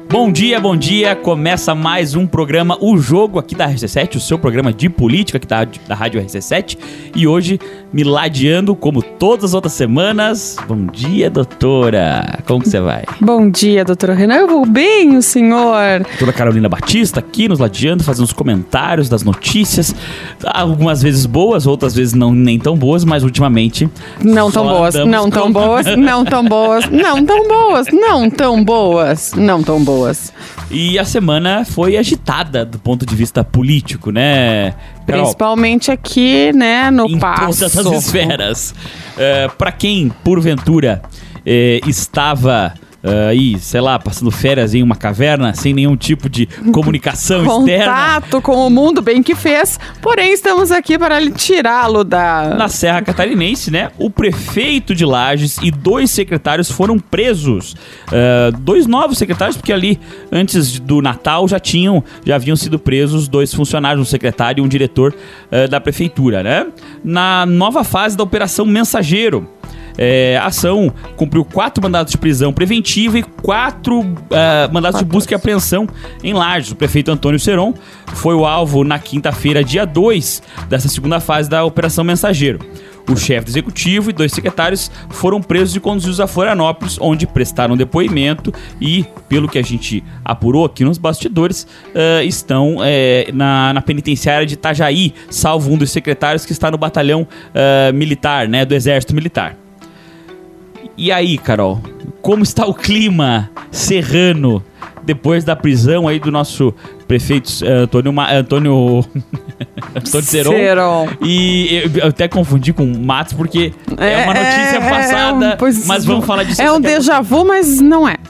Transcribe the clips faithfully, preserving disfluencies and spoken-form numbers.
Bom dia, bom dia, começa mais um programa O Jogo aqui da R C sete, o seu programa de política aqui da, da Rádio R C sete. E hoje, me ladeando como todas as outras semanas. Bom dia, doutora, como que você vai? Bom dia, doutora Renan, eu vou bem, o senhor? Doutora Carolina Batista aqui nos ladeando, fazendo os comentários das notícias. Algumas vezes boas, outras vezes não, nem tão boas, mas ultimamente... Não tão boas, não tão boas, não tão boas, não tão boas, não tão boas, não tão boas. E a semana foi agitada do ponto de vista político, né, Carol? Principalmente aqui, né, no em Paço. Em todas as esferas. Uh, pra quem, porventura, eh, estava... Uh, aí, sei lá, passando férias em uma caverna, sem nenhum tipo de comunicação externa. Contato com o mundo, bem que fez. Porém, estamos aqui para tirá-lo da... Na Serra Catarinense, né? O prefeito de Lages e dois secretários foram presos. Uh, dois novos secretários, porque ali, antes do Natal, já tinham, já haviam sido presos dois funcionários, um secretário e um diretor uh, da prefeitura, né? Na nova fase da Operação Mensageiro. É, a ação cumpriu quatro mandados de prisão preventiva e quatro uh, mandados de busca e apreensão em Lages. O prefeito Antônio Seron foi o alvo na quinta-feira, dia dois, dessa segunda fase da Operação Mensageiro. O chefe do executivo e dois secretários foram presos e conduzidos a Florianópolis, onde prestaram depoimento e, pelo que a gente apurou aqui nos bastidores, uh, estão uh, na, na penitenciária de Itajaí, salvo um dos secretários que está no batalhão uh, militar, né, do Exército Militar. E aí, Carol, como está o clima serrano depois da prisão aí do nosso prefeito uh, Antônio... Ma- Antônio... Antônio Seron. Seron. E eu, eu até confundi com Matos, porque é, é uma notícia é, passada, é um, pois, mas vamos falar disso. É um déjà vu, mas não é.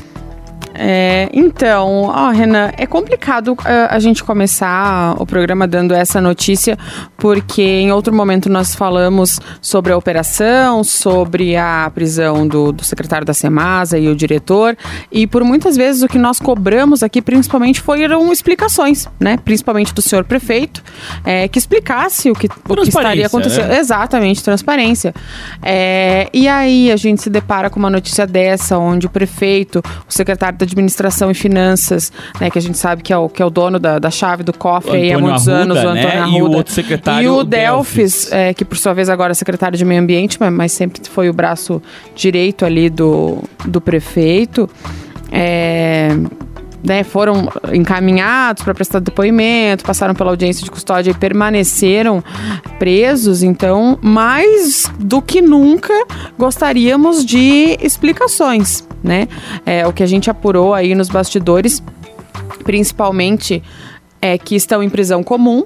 É, então, ó, Renan, é complicado uh, a gente começar o programa dando essa notícia, porque em outro momento nós falamos sobre a operação, sobre a prisão do, do secretário da Semasa e o diretor, e por muitas vezes o que nós cobramos aqui principalmente foram explicações, né? Principalmente do senhor prefeito, é, que explicasse o que, o que estaria acontecendo. Né? Exatamente, transparência. É, e aí a gente se depara com uma notícia dessa, onde o prefeito, o secretário da Administração e Finanças, né, que a gente sabe que é o, que é o dono da, da chave do cofre aí há muitos Arruda, anos, o Antônio né? Arruda. E o outro secretário, e o, o Delfis, Delfis. É, que por sua vez agora é secretário de Meio Ambiente, mas, mas sempre foi o braço direito ali do, do prefeito. É... Né, foram encaminhados para prestar depoimento, passaram pela audiência de custódia e permaneceram presos. Então, mais do que nunca, gostaríamos de explicações, né? É, o que a gente apurou aí nos bastidores, principalmente, é que estão em prisão comum,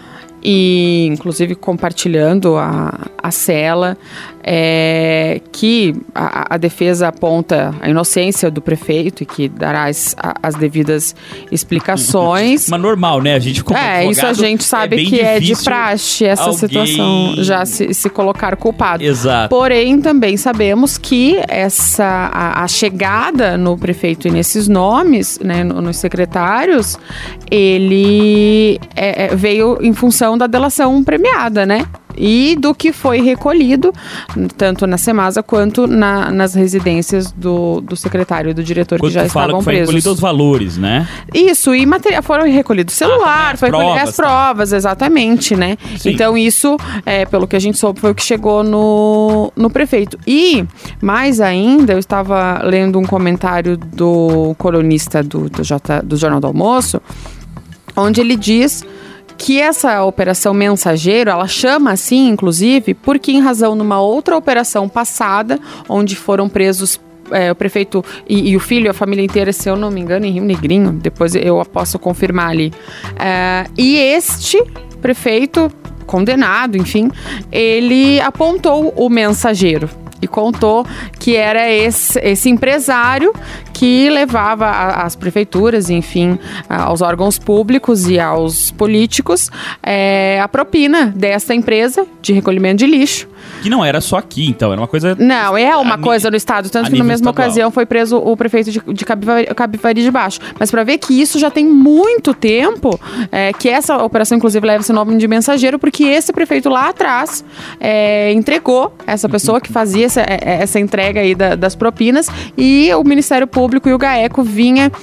e inclusive compartilhando a, a cela, é, que a, a defesa aponta a inocência do prefeito e que dará as, as devidas explicações. Mas normal, né? A gente como É, isso a gente sabe é que é de praxe essa alguém... situação, já se, se colocar culpado. Exato. Porém, também sabemos que essa, a, a chegada no prefeito e nesses nomes, né, nos secretários, ele é, é, veio em função da delação premiada, né? E do que foi recolhido, tanto na Semasa quanto na, nas residências do, do secretário e do diretor Quando que já estavam que foi presos. recolhido os valores, né? Isso, e material, foram recolhidos celular, ah, foi provas, recolhido as provas, tá. Exatamente, né? Sim. Então isso, é, pelo que a gente soube, foi o que chegou no, no prefeito. E, mais ainda, eu estava lendo um comentário do colunista do, do, J, do Jornal do Almoço, onde ele diz que essa operação Mensageiro, ela chama assim, inclusive, porque em razão de uma outra operação passada, onde foram presos é, o prefeito e, e o filho, a família inteira, se eu não me engano, em Rio Negrinho, depois eu posso confirmar ali. É, e este prefeito, condenado, enfim, ele apontou o mensageiro e contou que era esse, esse empresário que levava a, as prefeituras, enfim, aos órgãos públicos e aos políticos é, a propina dessa empresa de recolhimento de lixo. Que não era só aqui, então, era uma coisa... Não, é uma coisa no estado, tanto que na mesma estadual. ocasião foi preso o prefeito de, de Capivari, Capivari de Baixo. Mas para ver que isso já tem muito tempo, é, que essa operação, inclusive, leva esse nome de mensageiro, porque esse prefeito lá atrás é, entregou essa pessoa que fazia essa, essa entrega aí da, das propinas, e o Ministério Público e o GAECO vinha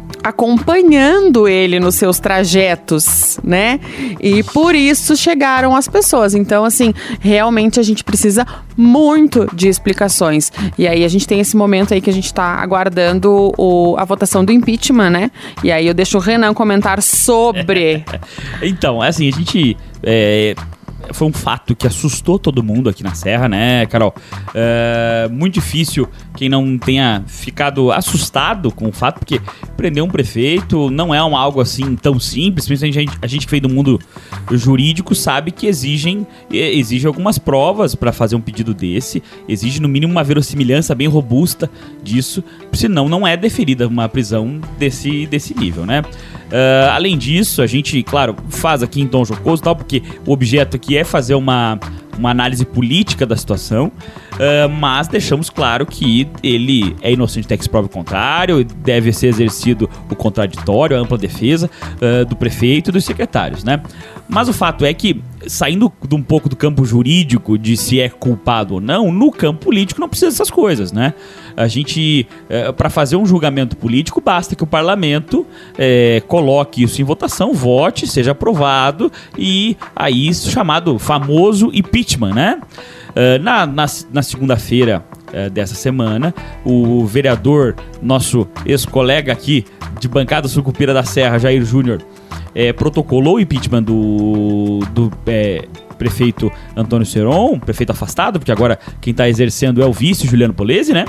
acompanhando ele nos seus trajetos, né? E por isso chegaram as pessoas. Então, assim, realmente a gente precisa muito de explicações. E aí a gente tem esse momento aí que a gente tá aguardando o, a votação do impeachment, né? E aí eu deixo o Renan comentar sobre. Então, assim, a gente... É... Foi um fato que assustou todo mundo aqui na Serra, né, Carol? É muito difícil quem não tenha ficado assustado com o fato, porque prender um prefeito não é um, algo assim tão simples. Principalmente a gente, a gente que veio do mundo jurídico sabe que exigem, exige algumas provas para fazer um pedido desse. Exige no mínimo uma verossimilhança bem robusta disso, senão não é deferida uma prisão desse, desse nível, né? Uh, além disso, a gente, claro, faz aqui em tom jocoso e tal, porque o objeto aqui é fazer uma, uma análise política da situação, uh, mas deixamos claro que ele é inocente até que se prove o contrário, deve ser exercido o contraditório, a ampla defesa uh, do prefeito e dos secretários, né? Mas o fato é que, saindo de um pouco do campo jurídico, de se é culpado ou não, no campo político não precisa dessas coisas, né? A gente, é, para fazer um julgamento político, basta que o parlamento é, coloque isso em votação, vote, seja aprovado, e aí isso chamado famoso impeachment, né? Uh, na, na, na segunda-feira uh, dessa semana, o vereador, nosso ex-colega aqui de bancada Sucupira da Serra, Jair Júnior, É, protocolou o impeachment do, do é, prefeito Antônio Seron, prefeito afastado, porque agora quem está exercendo é o vice, Juliano Polese, né?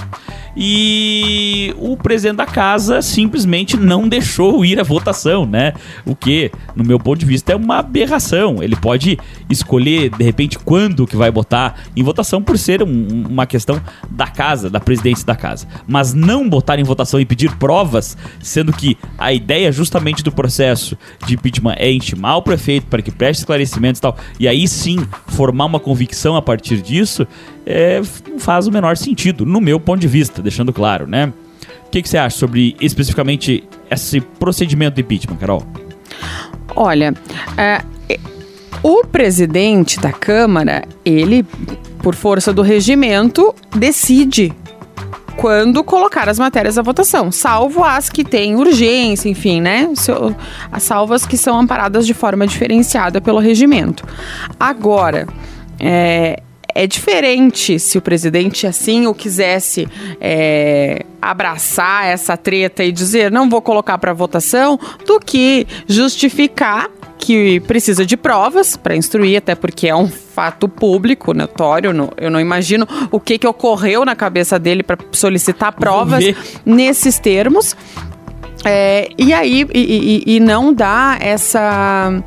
E o presidente da casa simplesmente não deixou ir à votação, né? O que, no meu ponto de vista, é uma aberração. Ele pode escolher, de repente, quando que vai botar em votação por ser um, uma questão da casa, da presidência da casa. Mas não botar em votação e pedir provas, sendo que a ideia justamente do processo de impeachment é intimar o prefeito para que preste esclarecimentos e tal, e aí sim formar uma convicção a partir disso, é, não faz o menor sentido, no meu ponto de vista, deixando claro, né? O que, que você acha sobre especificamente esse procedimento de impeachment, Carol? Olha, é, o presidente da Câmara, ele, por força do regimento, decide quando colocar as matérias à votação, salvo as que têm urgência, enfim, né? As salvas que são amparadas de forma diferenciada pelo regimento. Agora, é, é diferente se o presidente assim o quisesse é, abraçar essa treta e dizer não vou colocar para votação, do que justificar que precisa de provas para instruir, até porque é um fato público, notório. Eu não imagino o que, que ocorreu na cabeça dele para solicitar provas nesses termos. É, e aí, e, e, e não dá essa...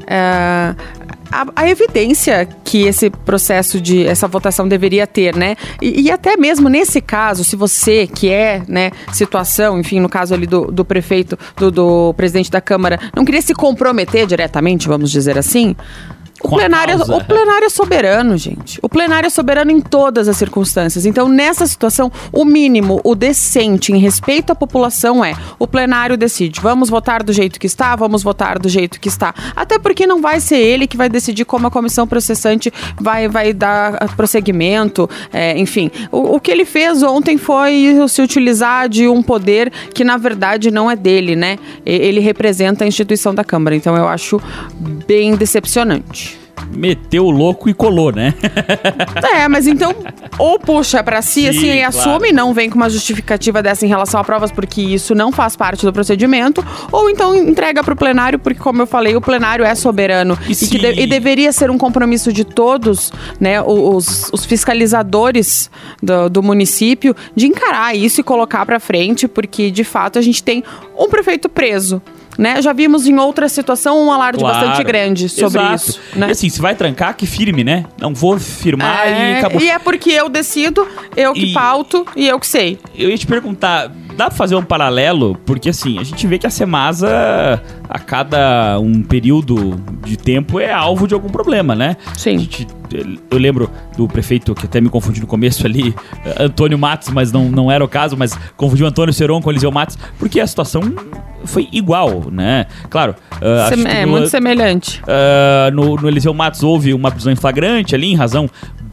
É, A, a evidência que esse processo de essa votação deveria ter, né? E, e até mesmo nesse caso, se você que é, né, situação, enfim, no caso ali do, do prefeito, do, do presidente da Câmara, não queria se comprometer diretamente, vamos dizer assim. O plenário, o plenário é soberano, gente. O plenário é soberano em todas as circunstâncias. Então, nessa situação, o mínimo, o decente em respeito à população é o plenário decide. Vamos votar do jeito que está, vamos votar do jeito que está. Até porque não vai ser ele que vai decidir como a comissão processante vai, vai dar prosseguimento. É, enfim, o, o que ele fez ontem foi se utilizar de um poder que, na verdade, não é dele, né? Ele representa a instituição da Câmara. Então, eu acho bem decepcionante. Meteu o louco e colou, né? É, mas então, ou puxa pra si, Sim, assim, e claro. assume, não vem com uma justificativa dessa em relação a provas, porque isso não faz parte do procedimento, ou então entrega pro plenário, porque, como eu falei, o plenário é soberano e, e, que de, e deveria ser um compromisso de todos, né, os, os fiscalizadores do, do município, de encarar isso e colocar pra frente, porque, de fato, a gente tem um prefeito preso. Né? Já vimos em outra situação um alarde claro. bastante grande sobre Exato. isso. Né? E assim, se vai trancar, que firme, né? Não vou firmar é, e acabou. E é porque eu decido, eu que e... pauto e eu que sei. Eu ia te perguntar, dá pra fazer um paralelo? Porque assim, a gente vê que a Semasa, a cada um período de tempo, é alvo de algum problema, né? Sim. A gente, eu lembro do prefeito, que até me confundi no começo ali, Antônio Matos, mas não, não era o caso, mas confundiu Antônio Seron com Eliseu Matos, porque a situação foi igual, né? Claro. Uh, Sem, é, no, muito semelhante. Uh, no, no Eliseu Matos houve uma prisão em flagrante ali, em razão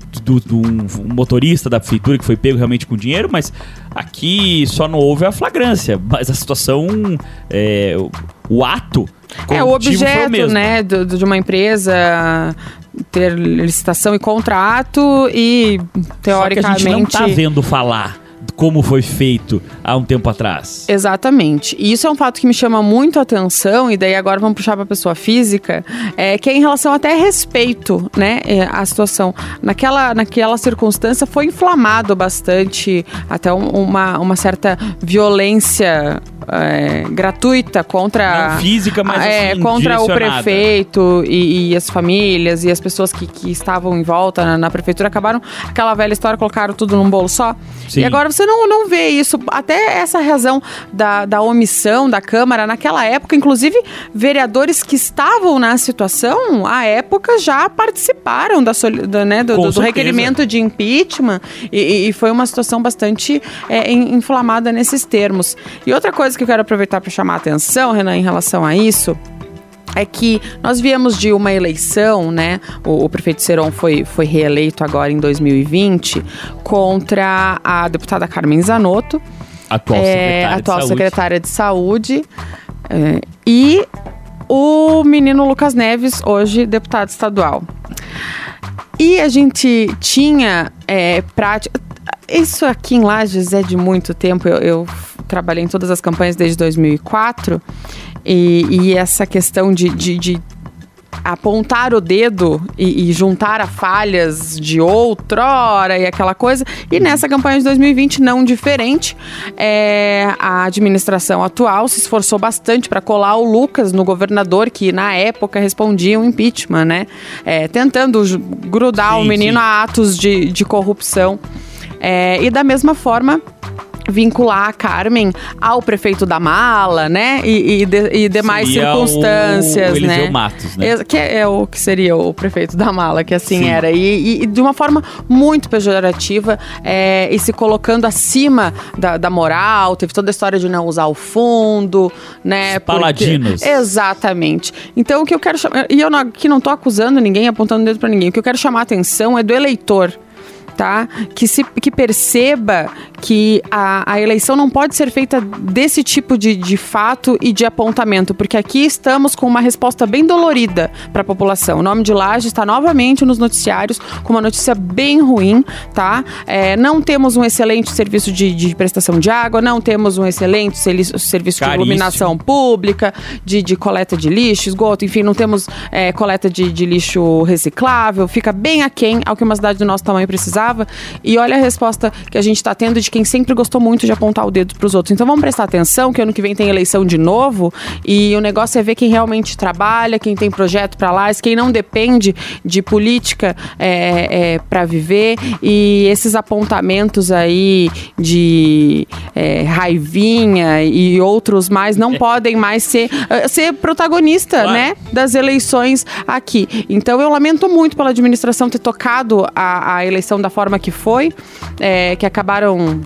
do, do um, um motorista da prefeitura que foi pego realmente com dinheiro, mas aqui só não houve a flagrância, mas a situação, é, o, o ato é o objeto, né, do, do, de uma empresa ter licitação e contrato e teoricamente só que a gente não tá vendo falar como foi feito há um tempo atrás. Exatamente. E isso é um fato que me chama muito a atenção, e daí agora vamos puxar para a pessoa física, é, que é em relação até a respeito, né, a situação. Naquela, naquela circunstância foi inflamado bastante, até um, uma, uma certa violência é, gratuita contra... Não física, mas é, assim, contra o prefeito e, e as famílias e as pessoas que, que estavam em volta na, na prefeitura. Acabaram, aquela velha história, colocaram tudo num bolo só. Sim. E agora você não, não vê isso. Até essa razão da, da omissão da Câmara, naquela época, inclusive, vereadores que estavam na situação, à época, já participaram da, da, né, do, do, do requerimento de impeachment, e, e foi uma situação bastante é, inflamada nesses termos. E outra coisa que eu quero aproveitar para chamar a atenção, Renan, em relação a isso, é que nós viemos de uma eleição, né? O, o prefeito Seron foi, foi reeleito agora em dois mil e vinte contra a deputada Carmen Zanotto, atual, é, secretária, atual de secretária de saúde, é, e o menino Lucas Neves, hoje deputado estadual. E a gente tinha é, prática... Isso aqui em Lages é de muito tempo. Eu, eu trabalhei em todas as campanhas desde dois mil e quatro. E, e essa questão de, de, de apontar o dedo e, e juntar a falhas de outrora e aquela coisa. E nessa campanha de dois mil e vinte, não diferente, é, a administração atual se esforçou bastante para colar o Lucas no governador, que na época respondia um impeachment, né? É, tentando grudar sim, o menino sim. a atos de, de corrupção. É, e da mesma forma, vincular a Carmen ao prefeito da Mala, né? E, e, de, e demais seria circunstâncias, o, o Eliseu né? Matos, né? Que é, é o que seria o prefeito da Mala, que assim Sim. era. E, e de uma forma muito pejorativa, é, e se colocando acima da, da moral. Teve toda a história de não usar o fundo, né? Os paladinos. Porque, exatamente. Então, o que eu quero chamar... E eu não, aqui não tô acusando ninguém, apontando o dedo pra ninguém. O que eu quero chamar a atenção é do eleitor. Tá? Que, se, que perceba que a, a eleição não pode ser feita desse tipo de, de fato e de apontamento, porque aqui estamos com uma resposta bem dolorida para a população. O nome de Lages está novamente nos noticiários com uma notícia bem ruim, tá? É, não temos um excelente serviço de, de prestação de água, não temos um excelente serviço, serviço de iluminação pública, de, de coleta de lixo, esgoto, enfim, não temos é, coleta de, de lixo reciclável, fica bem aquém ao que uma cidade do nosso tamanho precisava. E olha a resposta que a gente está tendo de quem sempre gostou muito de apontar o dedo para os outros. Então vamos prestar atenção que ano que vem tem eleição de novo, e o negócio é ver quem realmente trabalha, quem tem projeto para lá, quem não depende de política é, é, para viver. E esses apontamentos aí de é, raivinha e outros mais não podem mais ser, ser protagonista, claro, né, das eleições aqui. Então eu lamento muito pela administração ter tocado a, a eleição da forma que foi, é, que acabaram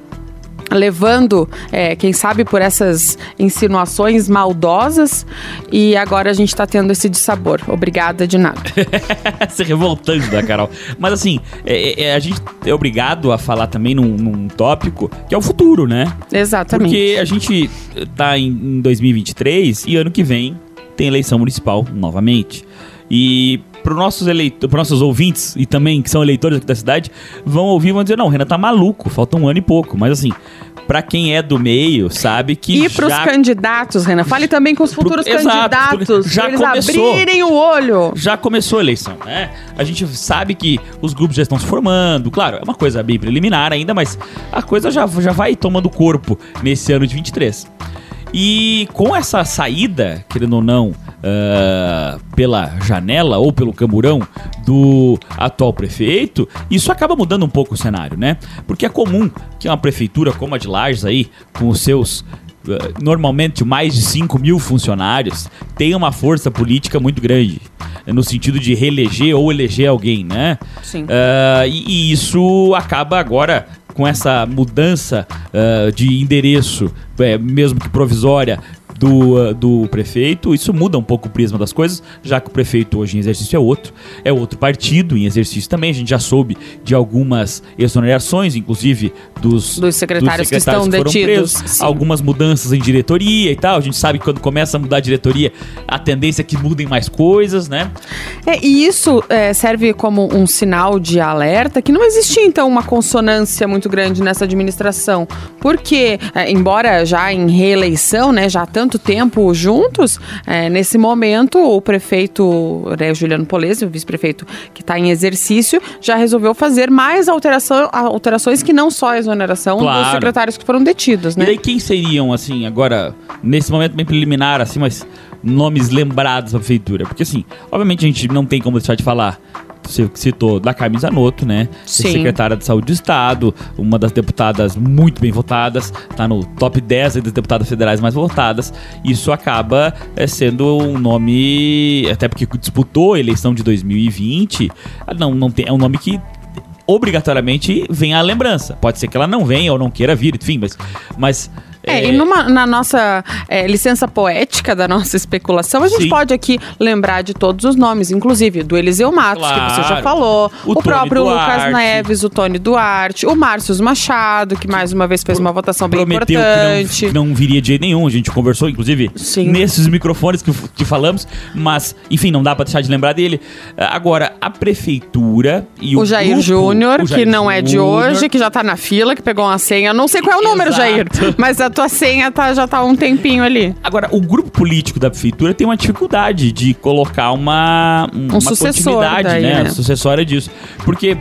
levando, é, quem sabe, por essas insinuações maldosas, e agora a gente está tendo esse dissabor. Obrigada de nada. Se revoltando, da Carol. Mas assim, é, é, a gente é obrigado a falar também num, num tópico que é o futuro, né? Exatamente. Porque a gente tá em, em dois mil e vinte e três e ano que vem tem eleição municipal novamente. E para os nossos eleitos, para nossos ouvintes e também que são eleitores aqui da cidade, vão ouvir e vão dizer, não, o Renan tá maluco, falta um ano e pouco. Mas assim, para quem é do meio, sabe que E para os já... candidatos, Renan, fale também com os futuros Pro... candidatos, Exato, já eles começou, abrirem o olho. Já começou a eleição, né? A gente sabe que os grupos já estão se formando, claro, é uma coisa bem preliminar ainda, mas a coisa já, já vai tomando corpo nesse ano de vinte e três. E com essa saída, querendo ou não, uh, pela janela ou pelo camburão do atual prefeito, isso acaba mudando um pouco o cenário, né? Porque é comum que uma prefeitura como a de Lages aí, com os seus uh, normalmente mais de cinco mil funcionários, tenha uma força política muito grande, no sentido de reeleger ou eleger alguém, né? Sim. Uh, e, e isso acaba agora, com essa mudança uh, de endereço, é, mesmo que provisória, do, uh, do prefeito. Isso muda um pouco o prisma das coisas, já que o prefeito hoje em exercício é outro, é outro partido em exercício também. A gente já soube de algumas exonerações, inclusive dos, dos secretários, dos secretários que estão que detidos. Presos, algumas mudanças em diretoria e tal. A gente sabe que quando começa a mudar a diretoria, a tendência é que mudem mais coisas, né? É, e isso é, serve como um sinal de alerta que não existia, então, uma consonância muito grande nessa administração. Porque, é, embora já em reeleição, né, já há tanto tempo juntos, é, nesse momento o prefeito, né, Juliano Polezi, o vice-prefeito que está em exercício, já resolveu fazer mais alteração, alterações que não só a exoneração claro. dos secretários que foram detidos, né? E daí quem seriam, assim, agora, nesse momento bem preliminar, assim, mas nomes lembrados da prefeitura? Porque, assim, obviamente a gente não tem como deixar de falar. Você citou da Carmen Zanotto, né? Sim. Secretária de Saúde do Estado, uma das deputadas muito bem votadas, tá no top dez das deputadas federais mais votadas. Isso acaba é, sendo um nome, até porque disputou a eleição de dois mil e vinte, não, não tem, é um nome que obrigatoriamente vem à lembrança. Pode ser que ela não venha ou não queira vir, enfim, mas... mas É, é, e numa, na nossa é, licença poética da nossa especulação, a gente Sim. pode aqui lembrar de todos os nomes, inclusive do Eliseu Matos, claro. que você já falou, o, o próprio Duarte. Lucas Neves, o Tony Duarte, o Márcio Machado, que mais uma vez fez uma votação bem Prometeu importante. Que não, que não viria de jeito nenhum, a gente conversou, inclusive, Sim. nesses microfones que, que falamos, mas, enfim, não dá pra deixar de lembrar dele. Agora, a prefeitura e o O Jair grupo, Júnior, o Jair que não é de Júnior. hoje, que já tá na fila, que pegou uma senha, não sei qual é o número, Exato. Jair, mas a tua senha tá, já tá há um tempinho ali. Agora, o grupo político da prefeitura tem uma dificuldade de colocar uma, um, um uma sucessor continuidade, daí, né? né? Sucessória disso. Porque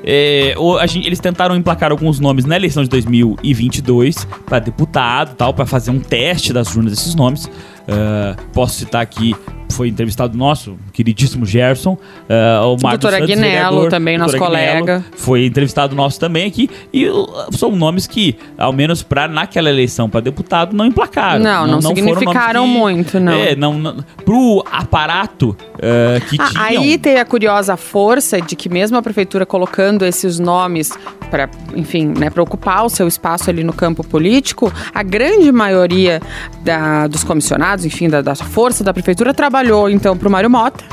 é, o, a gente, eles tentaram emplacar alguns nomes na eleição de dois mil e vinte e dois para deputado, tal, para fazer um teste das urnas desses nomes. Uh, posso citar aqui, foi entrevistado nosso queridíssimo Gerson, uh, o Marcos doutora Santos, Aguinello, vereador, também nosso colega. Aguinello, foi entrevistado nosso também aqui, e uh, são nomes que, ao menos para naquela eleição para deputado, não emplacaram. Não, não, não significaram que, muito, não. É, não, não pro aparato uh, que ah, tinham. Aí tem a curiosa força de que mesmo a prefeitura colocando esses nomes para, enfim, né, para ocupar o seu espaço ali no campo político, a grande maioria da, dos comissionados, enfim, da, da força da prefeitura trabalhou então para o Mário Mota,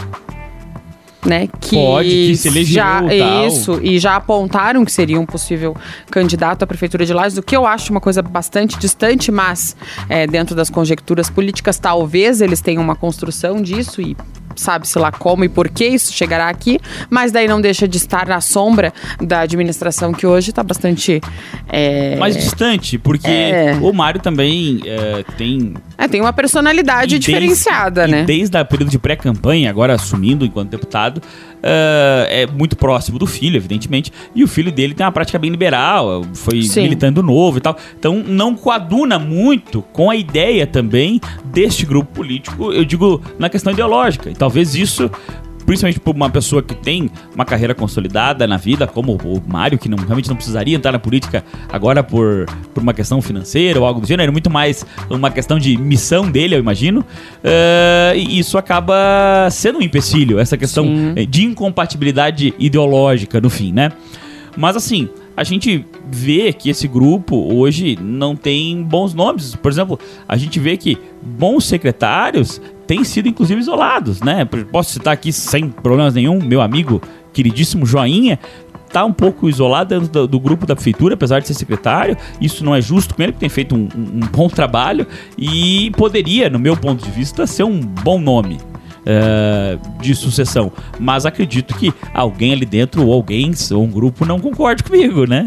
né, que, Pode, que se elegeu, já tal. isso e já apontaram que seria um possível candidato à prefeitura de Lages, o que eu acho uma coisa bastante distante, mas é, dentro das conjecturas políticas talvez eles tenham uma construção disso e sabe-se lá como e por que isso chegará aqui, mas daí não deixa de estar na sombra da administração que hoje está bastante... É... mais distante, porque é... o Mário também é, tem... É, tem uma personalidade e diferenciada, desde, né? E desde o período de pré-campanha, agora assumindo enquanto deputado, uh, é muito próximo do filho, evidentemente, e o filho dele tem uma prática bem liberal, foi Sim. militando novo e tal, então não coaduna muito com a ideia também deste grupo político, eu digo, na questão ideológica. Então, talvez isso, principalmente por uma pessoa que tem uma carreira consolidada na vida, como o Mário, que não, realmente não precisaria entrar na política agora por, por uma questão financeira ou algo do gênero, muito mais uma questão de missão dele, eu imagino, uh, e isso acaba sendo um empecilho, essa questão Sim. de incompatibilidade ideológica, no fim, né? Mas assim, a gente vê que esse grupo hoje não tem bons nomes. Por exemplo, a gente vê que bons secretários têm sido inclusive isolados, né? Posso citar aqui sem problemas nenhum, meu amigo queridíssimo Joinha, tá um pouco isolado dentro do, do grupo da prefeitura, apesar de ser secretário. Isso não é justo com ele, que tem feito um, um, um bom trabalho e poderia, no meu ponto de vista, ser um bom nome uh, de sucessão. Mas acredito que alguém ali dentro, ou alguém, ou um grupo, não concorde comigo, né?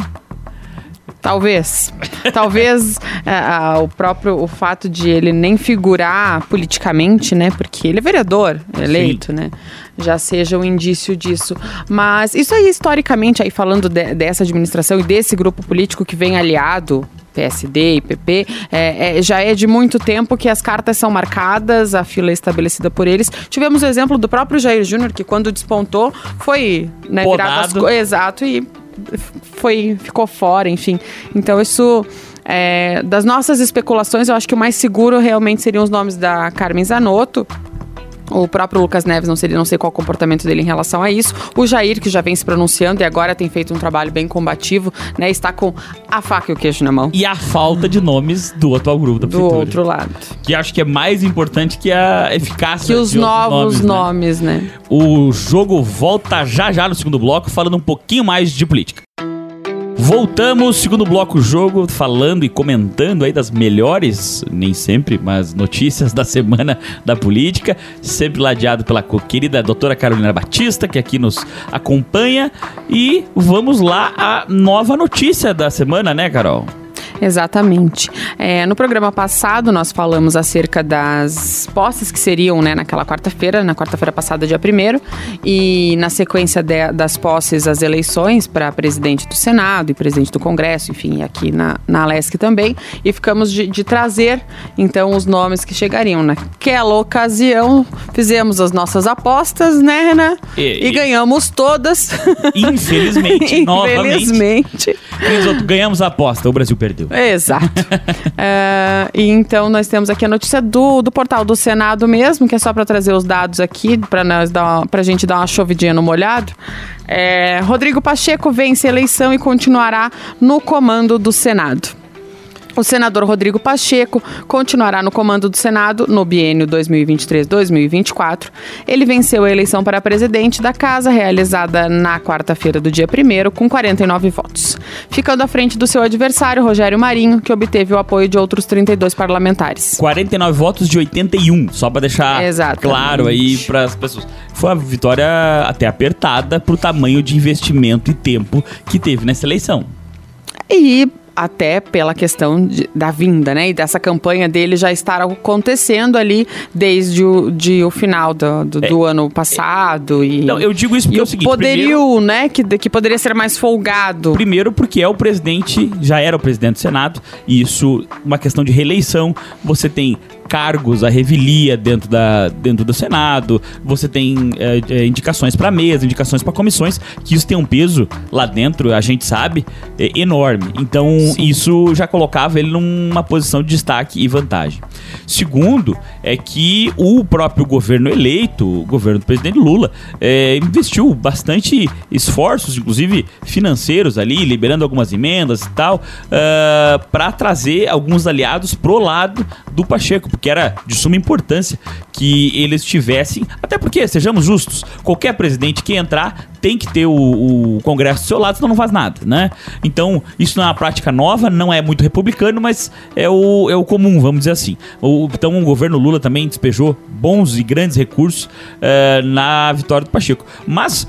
Talvez. Talvez é, o próprio o fato de ele nem figurar politicamente, né? Porque ele é vereador eleito, Sim. né? Já seja um indício disso. Mas isso aí, historicamente, aí falando de, dessa administração e desse grupo político que vem aliado, P S D e P P, é, é, já é de muito tempo que as cartas são marcadas, a fila é estabelecida por eles. Tivemos o exemplo do próprio Jair Júnior, que quando despontou, foi né, virado as coisas. Exato, e foi, ficou fora, enfim. Então isso, é, das nossas especulações, eu acho que o mais seguro realmente seriam os nomes da Carmen Zanotto O próprio Lucas Neves, não sei, não sei qual o comportamento dele em relação a isso. O Jair, que já vem se pronunciando e agora tem feito um trabalho bem combativo, né? Está com a faca e o queijo na mão. E a falta de nomes do atual grupo da prefeitura. Do outro lado. Que acho que é mais importante que a eficácia que os de novos nomes, nomes, né? né? O jogo volta já já no segundo bloco, falando um pouquinho mais de política. Voltamos, segundo bloco jogo, falando e comentando aí das melhores, nem sempre, mas notícias da semana da política, sempre ladeado pela querida doutora Carolina Batista, que aqui nos acompanha. E vamos lá, a nova notícia da semana, né, Carol? Exatamente. É, no programa passado, nós falamos acerca das posses que seriam, né, naquela quarta-feira, na quarta-feira passada, dia primeiro, e na sequência de, das posses, as eleições para presidente do Senado e presidente do Congresso, enfim, aqui na, na Alesc também, e ficamos de, de trazer, então, os nomes que chegariam. Naquela ocasião, fizemos as nossas apostas, né, Renan? E, e, e ganhamos todas. Infelizmente, novamente. Infelizmente. Ganhamos a aposta, o Brasil perdeu. Exato. uh, e então nós temos aqui a notícia do, do portal do Senado mesmo, que é só para trazer os dados aqui, para nós dar, pra gente dar uma chovidinha no molhado. É, Rodrigo Pacheco vence a eleição e continuará no comando do Senado. O senador Rodrigo Pacheco continuará no comando do Senado no biênio dois mil e vinte e três a dois mil e vinte e quatro. Ele venceu a eleição para presidente da Casa, realizada na quarta-feira do dia primeiro, com quarenta e nove votos. Ficando à frente do seu adversário, Rogério Marinho, que obteve o apoio de outros trinta e dois parlamentares. quarenta e nove votos de oitenta e um, só para deixar Exatamente. Claro aí para as pessoas. Foi uma vitória até apertada pro tamanho de investimento e tempo que teve nessa eleição. E até pela questão de, da vinda, né? E dessa campanha dele já estar acontecendo ali desde o, de, o final do, do, é, do ano passado. É, e, não, eu digo isso porque e é o seguinte... poderio, primeiro, né? Que, que poderia ser mais folgado. Primeiro porque é o presidente, já era o presidente do Senado, e isso, uma questão de reeleição, você tem cargos, a revelia dentro, da, dentro do Senado, você tem é, é, indicações para mesa, indicações para comissões, que isso tem um peso lá dentro, a gente sabe, é, enorme. Então, Sim. isso já colocava ele numa posição de destaque e vantagem. Segundo, é que o próprio governo eleito, o governo do presidente Lula, é, investiu bastante esforços, inclusive financeiros ali, liberando algumas emendas e tal, uh, para trazer alguns aliados pro lado do Pacheco, porque era de suma importância que eles tivessem, até porque, sejamos justos, qualquer presidente que entrar tem que ter o, o Congresso do seu lado, senão não faz nada, né? Então, isso não é uma prática nova, não é muito republicano, mas é o, é o comum, vamos dizer assim. O, então, o governo Lula também despejou bons e grandes recursos uh, na vitória do Pacheco. Mas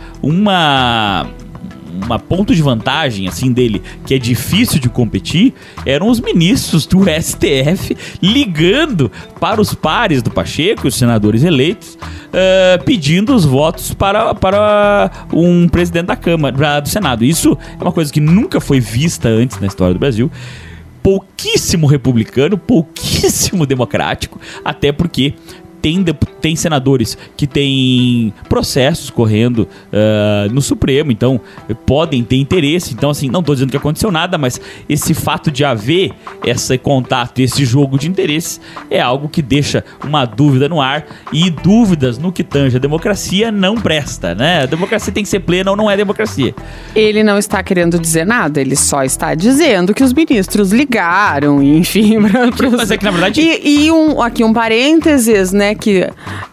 uma... uma ponto de vantagem, assim, dele, que é difícil de competir, eram os ministros do S T F ligando para os pares do Pacheco, os senadores eleitos, uh, pedindo os votos para, para um presidente da Câmara, do Senado. Isso é uma coisa que nunca foi vista antes na história do Brasil. Pouquíssimo republicano, pouquíssimo democrático, até porque Tem, tem senadores que têm processos correndo uh, no Supremo, então podem ter interesse. Então, assim, não estou dizendo que aconteceu nada, mas esse fato de haver esse contato, esse jogo de interesses é algo que deixa uma dúvida no ar, e dúvidas no que tange a democracia não presta, né? A democracia tem que ser plena ou não é democracia. Ele não está querendo dizer nada, ele só está dizendo que os ministros ligaram, enfim. Pra, pros... Mas é que, na verdade... E, e um, aqui um parênteses, né? Que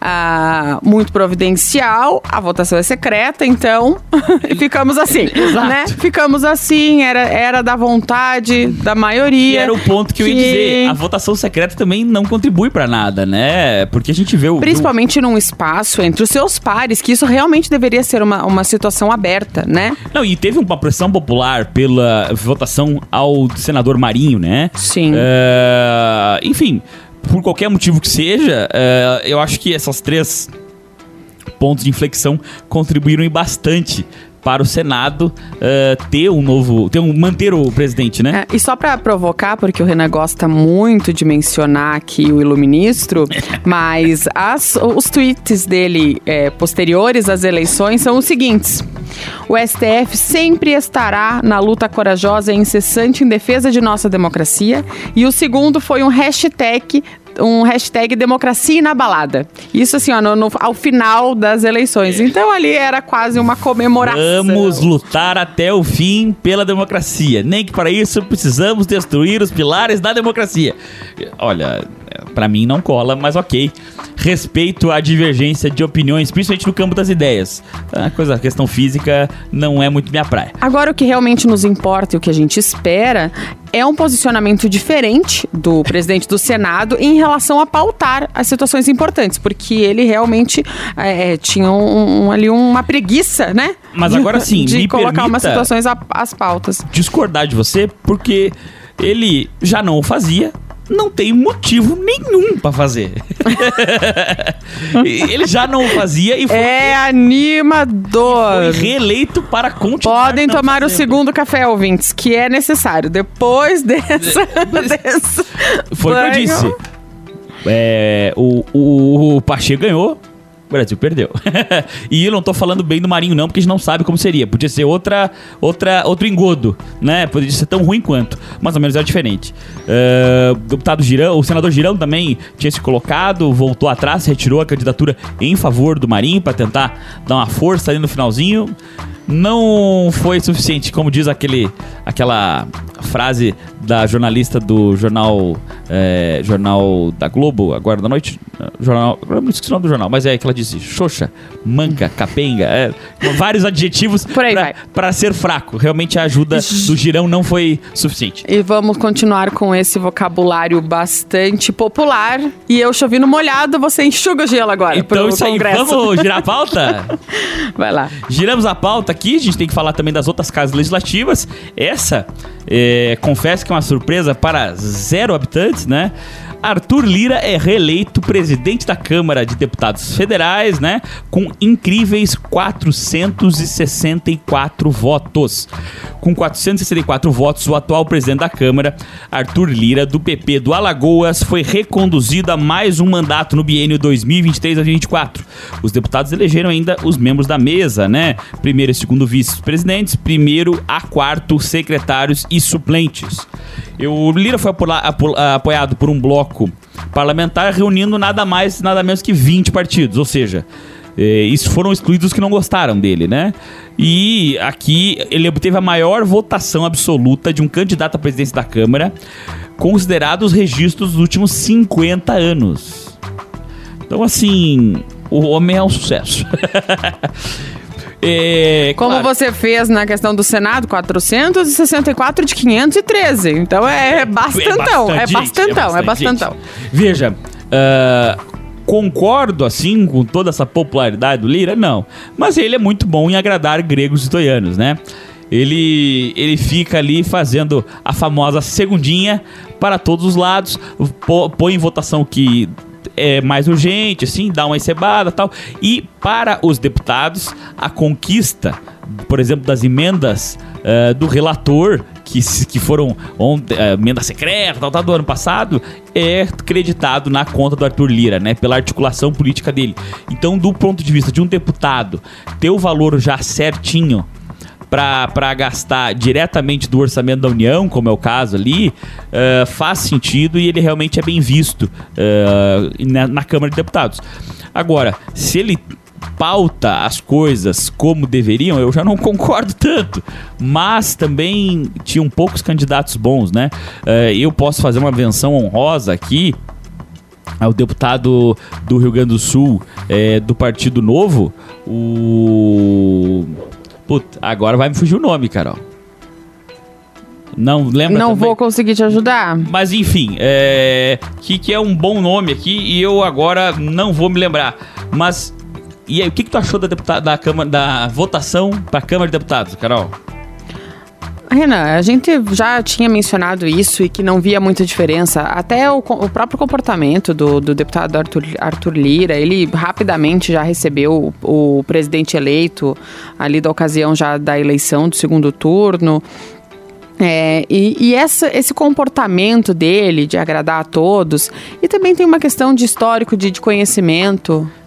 ah, muito providencial, a votação é secreta, então ficamos assim, né? Ficamos assim, era, era da vontade da maioria. E era o ponto que, que eu ia dizer, a votação secreta também não contribui pra nada, né? Porque a gente vê o... Principalmente num espaço entre os seus pares, que isso realmente deveria ser uma, uma situação aberta, né? Não, e teve uma pressão popular pela votação ao senador Marinho, né? Sim. Uh, enfim... Por qualquer motivo que seja, uh, eu acho que essas três pontos de inflexão contribuíram bastante para o Senado uh, ter um novo, ter um, manter o presidente, né? É, e só para provocar, porque o Renan gosta muito de mencionar aqui o iluministro, mas as, os tweets dele é, posteriores às eleições são os seguintes: o S T F sempre estará na luta corajosa e incessante em defesa de nossa democracia. E o segundo foi um hashtag um hashtag democracia inabalada. Isso assim, ó, no, no, ao final das eleições. Então ali era quase uma comemoração. Vamos lutar até o fim pela democracia. Nem que para isso precisamos destruir os pilares da democracia. Olha, pra mim não cola, mas ok. Respeito à divergência de opiniões, principalmente no campo das ideias. A coisa, a questão física não é muito minha praia. Agora, o que realmente nos importa e o que a gente espera é um posicionamento diferente do presidente do Senado em relação a pautar as situações importantes, porque ele realmente é, tinha um, um, ali uma preguiça, né? Mas agora sim, de me colocar umas permita situações às pautas. Discordar de você, porque ele já não o fazia. Não tem motivo nenhum pra fazer. Ele já não o fazia e foi, é animador. foi reeleito para continuar. Podem tomar fazendo. o segundo café, ouvintes, que é necessário. Depois dessa... dessa foi o que eu disse. É, o, o, o Pacheco ganhou, o Brasil perdeu. E eu não tô falando bem do Marinho não, porque a gente não sabe como seria. Podia ser outra, outra, outro engodo, né? Podia ser tão ruim quanto, mas ao menos era diferente. Uh, o deputado Girão, o senador Girão também tinha se colocado, voltou atrás, retirou a candidatura em favor do Marinho para tentar dar uma força ali no finalzinho. Não foi suficiente, como diz aquele, aquela frase da jornalista do jornal é, jornal da Globo, agora da noite, jornal, eu não esqueci o nome do jornal, mas é que ela disse xoxa, manca, capenga, é, vários adjetivos para ser fraco. Realmente a ajuda do Girão não foi suficiente. E vamos continuar com esse vocabulário bastante popular. E eu chovendo molhado, você enxuga o gelo agora. Então isso aí, Congresso. Vamos girar a pauta? Vai lá. Giramos a pauta aqui, a gente tem que falar também das outras casas legislativas. Essa, é, confesso que é uma surpresa para zero habitantes, né? Arthur Lira é reeleito presidente da Câmara de Deputados Federais, né? Com incríveis quatrocentos e sessenta e quatro votos. Com quatrocentos e sessenta e quatro votos, o atual presidente da Câmara, Arthur Lira, do P P do Alagoas, foi reconduzido a mais um mandato no biênio dois mil e vinte e três a dois mil e vinte e quatro. Os deputados elegeram ainda os membros da mesa, né? Primeiro e segundo vice-presidentes, primeiro a quarto secretários e suplentes. O Lira foi apoiado por um bloco parlamentar reunindo nada mais, nada menos que vinte partidos, ou seja, eh, isso foram excluídos os que não gostaram dele, né? E aqui ele obteve a maior votação absoluta de um candidato à presidência da Câmara, considerado os registros dos últimos cinquenta anos. Então, assim, o homem é um sucesso. É, Como claro. você fez na questão do Senado, quatrocentos e sessenta e quatro de quinhentos e treze. Então é bastantão, é, é bastante, bastantão, é é bastantão. Veja, uh, concordo assim com toda essa popularidade do Lira? Não. Mas ele é muito bom em agradar gregos e troianos, né? Ele, ele fica ali fazendo a famosa segundinha para todos os lados, põe em votação que é mais urgente, assim, dá uma encebada e tal. E para os deputados, a conquista, por exemplo, das emendas uh, do relator, que, que foram ontem, uh, emenda secreta, tal, tal, do ano passado, é creditado na conta do Arthur Lira, né, pela articulação política dele. Então, do ponto de vista de um deputado ter o valor já certinho para gastar diretamente do orçamento da União, como é o caso ali, uh, faz sentido e ele realmente é bem visto uh, na, na Câmara de Deputados. Agora, se ele pauta as coisas como deveriam, eu já não concordo tanto, mas também tinham poucos candidatos bons, né? Uh, eu posso fazer uma menção honrosa aqui ao deputado do Rio Grande do Sul, é, do Partido Novo, o... Puta, agora vai me fugir o nome, Carol. Não lembra Não também? Vou conseguir te ajudar. Mas enfim, é... que, que é um bom nome aqui e eu agora não vou me lembrar. Mas, e aí, o que, que tu achou da, deputada, da, Câmara, da votação para a Câmara de Deputados, Carol? Renan, a gente já tinha mencionado isso e que não via muita diferença. Até o, o próprio comportamento do, do deputado Arthur, Arthur Lira, ele rapidamente já recebeu o, o presidente eleito ali da ocasião já da eleição do segundo turno. É, e e essa, esse comportamento dele de agradar a todos, e também tem uma questão de histórico, de, de conhecimento.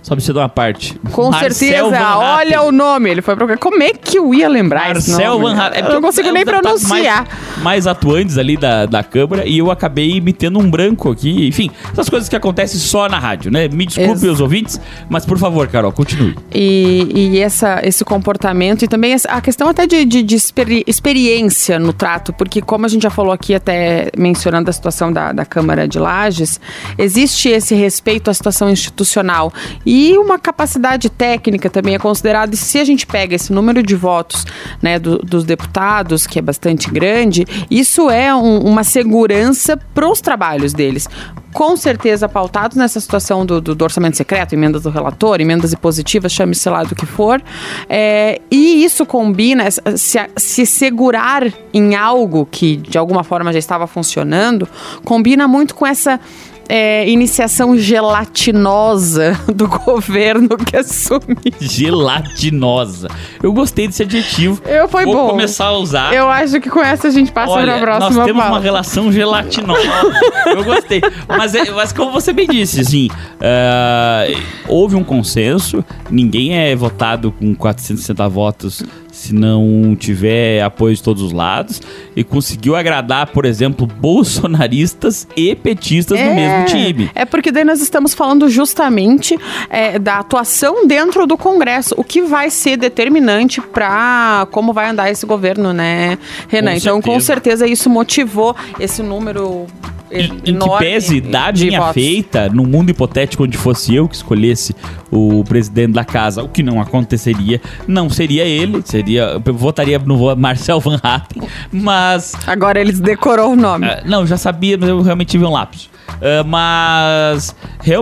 Só precisa de uma parte. Com Marcel certeza, Van olha Hatten. o nome. Ele foi procurar. Como é que eu ia lembrar esse Marcel nome? Van Hatten. É Eu não consigo é um nem deputado pronunciar. Mais, mais atuantes ali da, da Câmara e eu acabei me tendo um branco aqui. Enfim, essas coisas que acontecem só na rádio, né? Me desculpe Ex- os ouvintes, mas por favor, Carol, continue. E, e essa, esse comportamento e também essa- a questão até de, de, de experi- experiência no trato, porque como a gente já falou aqui, até mencionando a situação da, da Câmara de Lages, existe esse respeito à situação institucional e uma capacidade técnica também é considerada. E se a gente pega esse número de votos, né, do- dos deputados, que é bastante grande, isso é um- uma segurança para os trabalhos deles. Com certeza pautados nessa situação do, do- do orçamento secreto, emendas do relator, emendas impositivas, chame-se lá do que for. É, e isso combina, se, se segurar em algo que de alguma forma já estava funcionando, combina muito com essa é, iniciação gelatinosa do governo que assume. Gelatinosa. Eu gostei desse adjetivo. Eu foi Vou bom. começar a usar. Eu acho que com essa a gente passa Olha, para a nós próxima temos pauta. uma relação gelatinosa. Eu gostei. Mas, é- mas como você bem disse, assim, ah, houve um consenso, ninguém é votado com quatrocentos e sessenta votos se não tiver apoio de todos os lados, e conseguiu agradar, por exemplo, bolsonaristas e petistas no mesmo time. É porque daí nós estamos falando justamente é, da atuação dentro do Congresso, o que vai ser determinante para como vai andar esse governo, né, Renan? Com então, com certeza. certeza, isso motivou esse número Em, em que enorme pese da de minha votos. feita, num mundo hipotético onde fosse eu que escolhesse o presidente da casa, o que não aconteceria, não seria ele, seria, eu votaria no Marcel Van Hatten, mas Agora eles decorou o nome. ah, não, já sabia, mas eu realmente tive um lapso. Ah, mas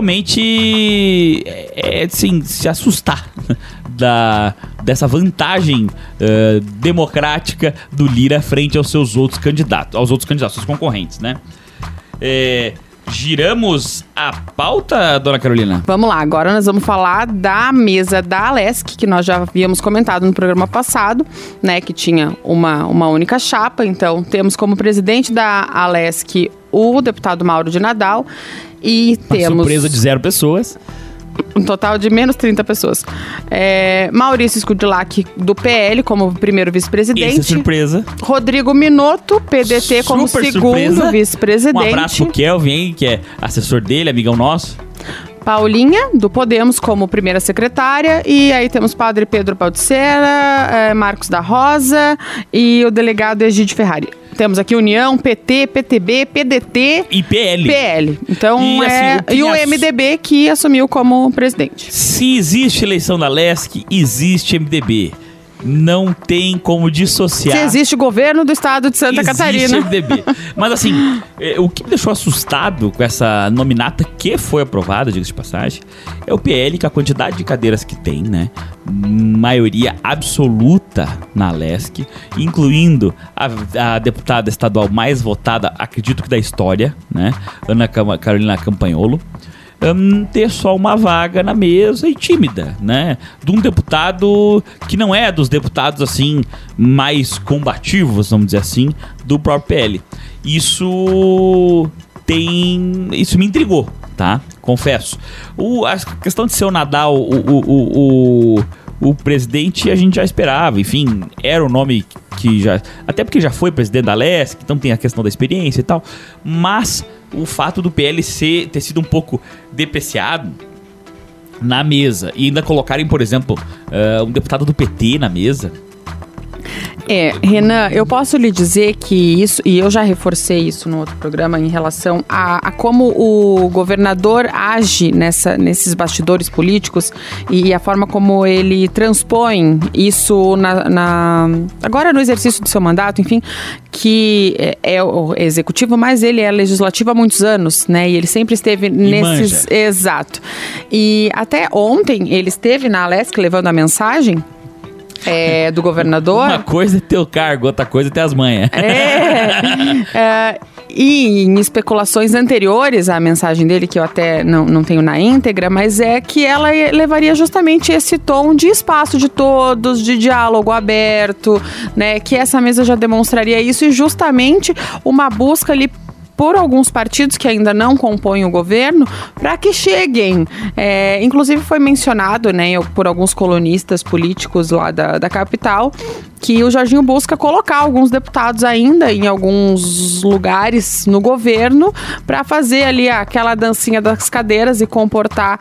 realmente é assim, se assustar da, dessa vantagem ah, democrática do Lira frente aos seus outros candidatos, aos outros candidatos, seus concorrentes, né? É, giramos a pauta, dona Carolina? Vamos lá, agora nós vamos falar da mesa da Alesc, que nós já havíamos comentado no programa passado, né, que tinha uma, uma única chapa. Então, temos como presidente da Alesc o deputado Mauro de Nadal e Uma temos surpresa de zero pessoas. um total de menos trinta pessoas. É, Maurício Scudlac, do P L, como primeiro Essa é vice-presidente. surpresa. Rodrigo Minotto, P D T, como Super segundo surpresa. vice-presidente. Um abraço pro Kelvin, hein, que é assessor dele, amigão nosso. Paulinha, do Podemos, como primeira secretária. E aí temos Padre Pedro Baldissera, eh, Marcos da Rosa e o delegado Egídio Ferrari. Temos aqui União, P T, P T B, P D T, E P L. P L. Então, E, assim, é... o que e o me ass- M D B que assumiu como presidente. Se existe eleição da Lesc, existe M D B. Não tem como dissociar. Se existe governo do estado de Santa Existe Catarina. M D B. Mas assim, é, o que me deixou assustado com essa nominata que foi aprovada, diga-se de passagem, é o P L, com a quantidade de cadeiras que tem, né? Maioria absoluta na Lesc, incluindo a, a deputada estadual mais votada, acredito que da história, né? Ana Cam- Carolina Campanholo. Hum, ter só uma vaga na mesa e tímida, né? De um deputado que não é dos deputados, assim, mais combativos, vamos dizer assim, do próprio P L. Isso tem... Isso me intrigou, tá? Confesso. O, a questão de ser o Nadal, o... o, o, o O presidente a gente já esperava, enfim, era o nome que já... Até porque já foi presidente da Lesc, então tem a questão da experiência e tal. Mas o fato do P L C ter sido um pouco depreciado na mesa e ainda colocarem, por exemplo, uh, um deputado do P T na mesa... É, Renan, eu posso lhe dizer que isso, e eu já reforcei isso no outro programa, em relação a, a como o governador age nessa, nesses bastidores políticos e a forma como ele transpõe isso na, na- agora no exercício do seu mandato, enfim, que é, é o executivo, mas ele é legislativo há muitos anos, né? E ele sempre esteve nesses... manja. Exato. E até ontem ele esteve na Alesc levando a mensagem é, do governador. Uma coisa é ter o cargo, outra coisa é ter as manhas. É, é, e em especulações anteriores à mensagem dele, que eu até não, não tenho na íntegra, mas é que ela levaria justamente esse tom de espaço de todos, de diálogo aberto, né? Que essa mesa já demonstraria isso e justamente uma busca ali por alguns partidos que ainda não compõem o governo, para que cheguem. É, inclusive foi mencionado, né, por alguns colunistas políticos lá da, da capital, que o Jorginho busca colocar alguns deputados ainda em alguns lugares no governo para fazer ali aquela dancinha das cadeiras e comportar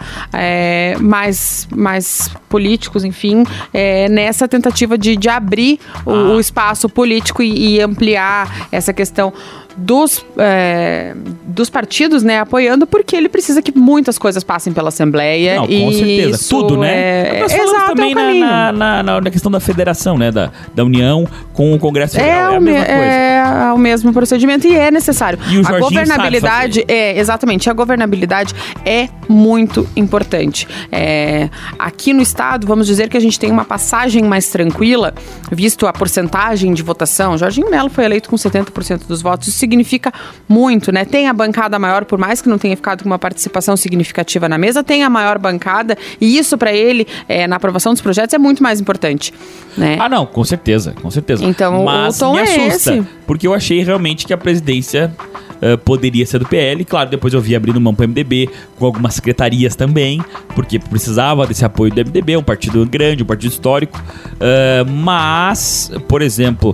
é, mais, mais políticos, enfim, é, nessa tentativa de, de abrir o, ah. o espaço político e, e ampliar essa questão dos, é, dos partidos, né, apoiando, porque ele precisa que muitas coisas passem pela Assembleia. Não, com e certeza. isso Tudo, né? É, Nós falamos exato, também é na, na, na, na questão da federação, né, da, da União com o Congresso Federal. É, é a me, mesma coisa. É o mesmo procedimento e é necessário. E o a governabilidade, é, exatamente, a governabilidade é muito importante. É, aqui no estado, vamos dizer que a gente tem uma passagem mais tranquila, visto a porcentagem de votação. Jorginho Melo foi eleito com setenta por cento dos votos. Isso significa muito, né? Tem a bancada maior, por mais que não tenha ficado com uma participação significativa na mesa, tem a maior bancada e isso para ele, é, na aprovação dos projetos, é muito mais importante, né? Ah, não, com certeza, com certeza. Então, mas o tom me é assusta, esse. porque eu achei realmente que a presidência uh, poderia ser do P L. Claro, depois eu vi abrindo mão pro M D B, com algumas secretarias também, porque precisava desse apoio do M D B, um partido grande, um partido histórico. Uh, mas, por exemplo,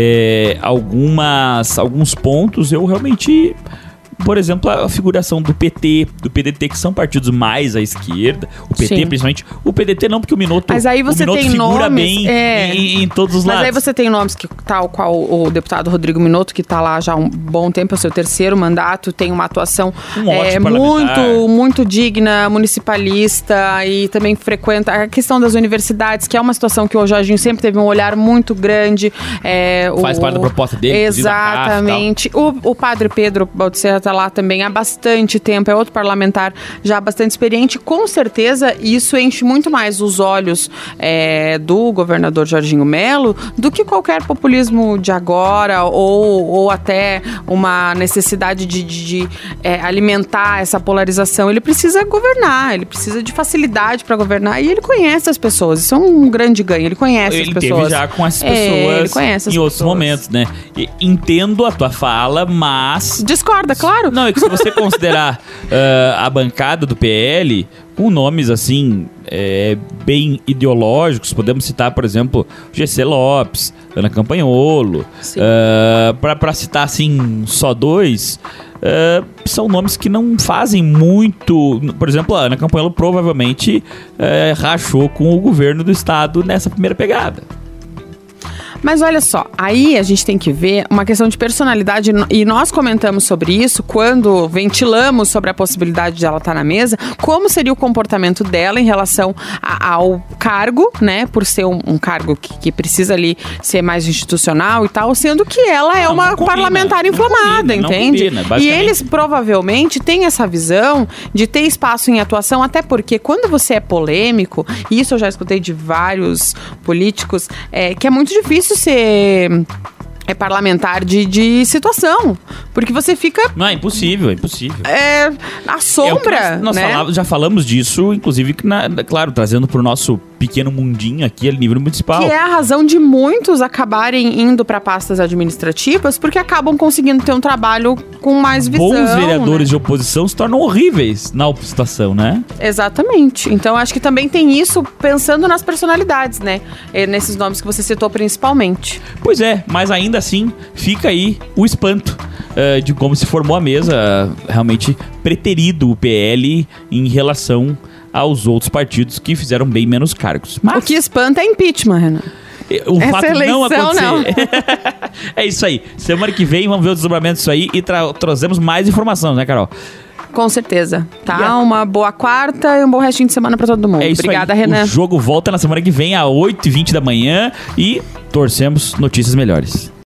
é, algumas, alguns pontos eu realmente... Por exemplo, a figuração do P T, do P D T, que são partidos mais à esquerda. O P T, Sim. principalmente. O P D T não, porque o Minuto, Mas aí você o Minuto tem figura nomes, bem é... em, em todos os Mas lados. aí você tem nomes que, tal qual o deputado Rodrigo Minotto, que está lá já há um bom tempo, é o seu terceiro mandato, tem uma atuação um é, muito, muito digna, municipalista, e também frequenta a questão das universidades, que é uma situação que o Jorginho sempre teve um olhar muito grande. É, Faz o, parte da proposta dele. Exatamente. O, o padre Pedro Baltserra está lá também há bastante tempo, é outro parlamentar já bastante experiente. Com certeza isso enche muito mais os olhos é, do governador Jorginho Melo do que qualquer populismo de agora ou, ou até uma necessidade de, de, de é, alimentar essa polarização. Ele precisa governar, ele precisa de facilidade para governar e ele conhece as pessoas. Isso é um grande ganho, ele conhece ele as pessoas. Ele teve já com essas pessoas é, ele conhece as em outros pessoas. momentos, né? E entendo a tua fala, mas... Discorda, claro. Não, é que se você considerar uh, a bancada do P L com nomes assim é, bem ideológicos, podemos citar, por exemplo, G C Lopes, Ana Campanholo, uh, para citar assim só dois, uh, são nomes que não fazem muito. Por exemplo, a Ana Campanholo provavelmente uh, rachou com o governo do estado nessa primeira pegada. Mas olha só, aí a gente tem que ver uma questão de personalidade, e nós comentamos sobre isso quando ventilamos sobre a possibilidade de ela estar na mesa, como seria o comportamento dela em relação a, ao cargo, né, por ser um, um cargo que, que precisa ali ser mais institucional e tal, sendo que ela é não, uma não combina, parlamentar inflamada, não combina, entende? Não combina, e eles provavelmente têm essa visão de ter espaço em atuação, até porque quando você é polêmico, e isso eu já escutei de vários políticos, é, que é muito difícil ser é parlamentar de, de situação, porque você fica... Não, é impossível, é impossível. É, na sombra, é nós, nós né? falava, já falamos disso, inclusive, na, claro, trazendo pro nosso pequeno mundinho aqui, a nível municipal. Que é a razão de muitos acabarem indo para pastas administrativas, porque acabam conseguindo ter um trabalho com mais visão. Bons vereadores, né, de oposição se tornam horríveis na situação, né? Exatamente. Então, acho que também tem isso pensando nas personalidades, né? É, nesses nomes que você citou principalmente. Pois é, mas ainda assim, fica aí o espanto uh, de como se formou a mesa, uh, realmente preterido o P L em relação aos outros partidos que fizeram bem menos cargos. Mas... o que espanta é impeachment, Renan. O Essa fato eleição, de não acontecer. Não. É isso aí. Semana que vem vamos ver o desdobramento disso aí e tra- trazemos mais informação, né, Carol? Com certeza. Tá? A... Uma boa quarta e um bom restinho de semana pra todo mundo. É isso. Obrigada, aí. Renan. O jogo volta na semana que vem às oito e vinte da manhã e torcemos notícias melhores.